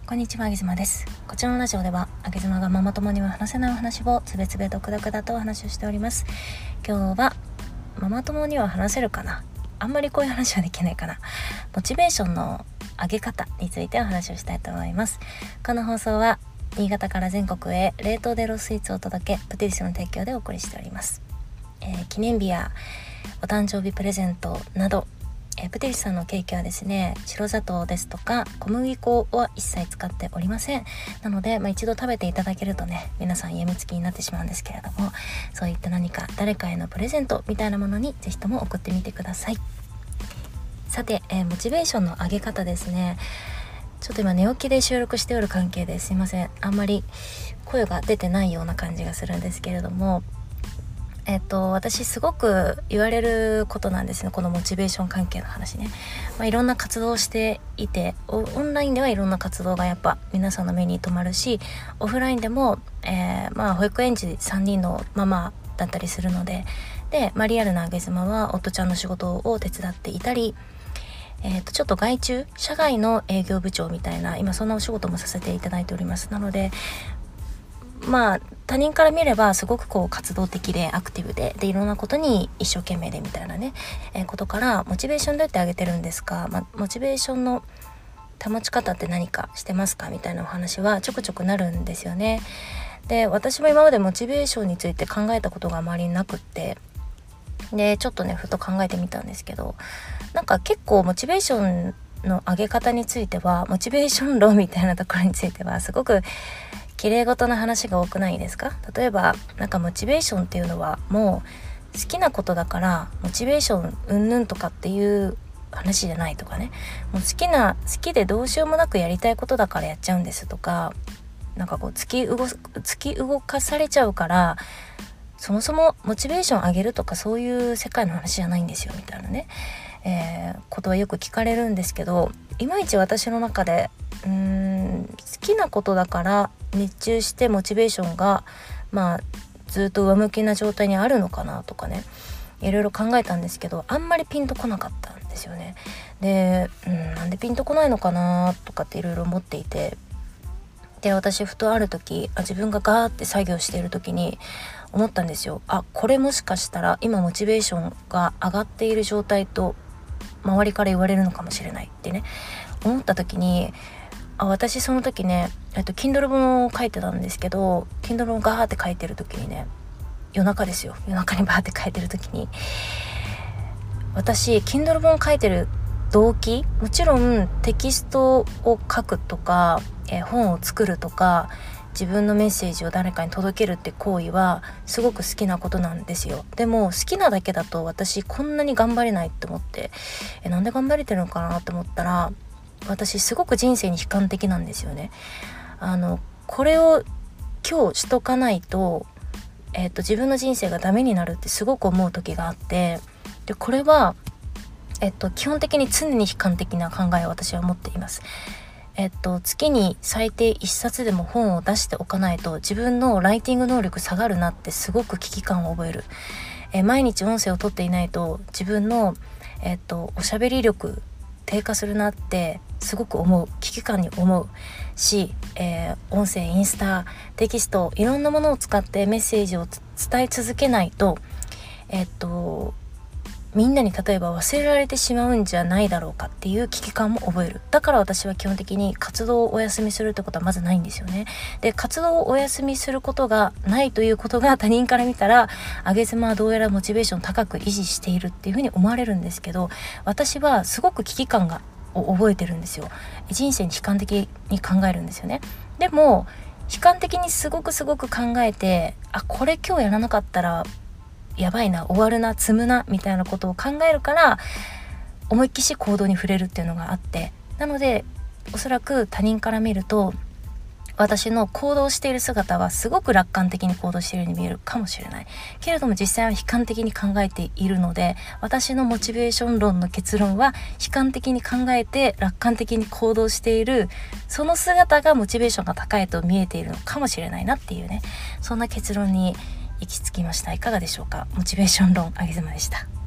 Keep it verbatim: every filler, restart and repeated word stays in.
こんにちは、あげずまです。こちらのラジオではあげずまがママ友には話せないお話をつべつべとくだくだとお話をしております。今日はママ友には話せるかな、あんまりこういう話はできないかな、モチベーションの上げ方についてお話をしたいと思います。この放送は新潟から全国へ冷凍でロースイーツをお届け、プティリスの提供でお送りしております。えー、記念日やお誕生日プレゼントなど、えー、プティリスさんのケーキはですね、白砂糖ですとか小麦粉は一切使っておりません。なので、まあ、一度食べていただけるとね、皆さんやみつきになってしまうんですけれども、そういった何か誰かへのプレゼントみたいなものにぜひとも送ってみてください。さて、えー、モチベーションの上げ方ですね。ちょっと今寝起きで収録しておる関係ですいません、あんまり声が出てないような感じがするんですけれども、えっと私すごく言われることなんですね、このモチベーション関係の話ね。まあ、いろんな活動をしていて、オンラインではいろんな活動がやっぱ皆さんの目に留まるし、オフラインでも、えー、まあ保育園児さんにんのママだったりするので、で、まあ、リアルなあげずまは夫ちゃんの仕事を手伝っていたり、えー、とちょっと外注社外の営業部長みたいな、今そんなお仕事もさせていただいております。なのでまあ他人から見ればすごくこう活動的でアクティブででいろんなことに一生懸命でみたいなね、えー、ことから、モチベーションどうやって上げてるんですか、まあ、モチベーションの保ち方って何かしてますかみたいなお話はちょくちょくなるんですよね。で、私も今までモチベーションについて考えたことがあまりなくって、でちょっとねふと考えてみたんですけど、なんか結構モチベーションの上げ方については、モチベーション論みたいなところについてはすごく綺麗事な話が多くないですか。例えばなんかモチベーションっていうのはもう好きなことだからモチベーションうんぬんとかっていう話じゃないとかね、もう好きな好きでどうしようもなくやりたいことだからやっちゃうんですとか、なんかこう突き動突き動かされちゃうからそもそもモチベーション上げるとかそういう世界の話じゃないんですよみたいなね、えー、ことはよく聞かれるんですけど、いまいち私の中でうーん好きなことだから熱中してモチベーションがまあずっと上向きな状態にあるのかなとかね、いろいろ考えたんですけど、あんまりピンとこなかったんですよね。で、うん、なんでピンとこないのかなとかっていろいろ思っていて、で私ふとある時あ自分がガーって作業している時に思ったんですよ。あ、これもしかしたら今モチベーションが上がっている状態と周りから言われるのかもしれないってね思った時に、あ私その時ね、えっと Kindle 本を書いてたんですけど、 Kindle をガーって書いてる時にね、夜中ですよ、夜中にバーって書いてる時に、私 Kindle 本を書いてる動機、もちろんテキストを書くとか、えー、本を作るとか自分のメッセージを誰かに届けるって行為はすごく好きなことなんですよ。でも好きなだけだと私こんなに頑張れないって思って、えなんで頑張れてるのかなって思ったら、私すごく人生に悲観的なんですよね。あのこれを今日しとかないと、えーと、自分の人生がダメになるってすごく思う時があって、でこれはえっと基本的に常に悲観的な考えを私は持っています。えっと、月に最低いっさつでも本を出しておかないと自分のライティング能力下がるなってすごく危機感を覚える。え毎日音声を取っていないと自分の、えっと、おしゃべり力低下するなってすごく思う、危機感に思うし、えー、音声、インスタ、テキストいろんなものを使ってメッセージを伝え続けないと、えっとみんなに例えば忘れられてしまうんじゃないだろうかっていう危機感も覚える。だから私は基本的に活動をお休みするってことはまずないんですよね。で、活動をお休みすることがないということが他人から見たら、あげずまはどうやらモチベーション高く維持しているっていうふうに思われるんですけど、私はすごく危機感がを覚えてるんですよ。人生に悲観的に考えるんですよね。でも悲観的にすごくすごく考えて、あ、これ今日やらなかったらやばいな、終わるな、積むなみたいなことを考えるから思いっきし行動に触れるっていうのがあって、なのでおそらく他人から見ると私の行動している姿はすごく楽観的に行動しているように見えるかもしれないけれども、実際は悲観的に考えているので、私のモチベーション論の結論は悲観的に考えて楽観的に行動しているその姿がモチベーションが高いと見えているのかもしれないなっていうね、そんな結論に行き着きました。いかがでしょうか。モチベーション論あげずまでした。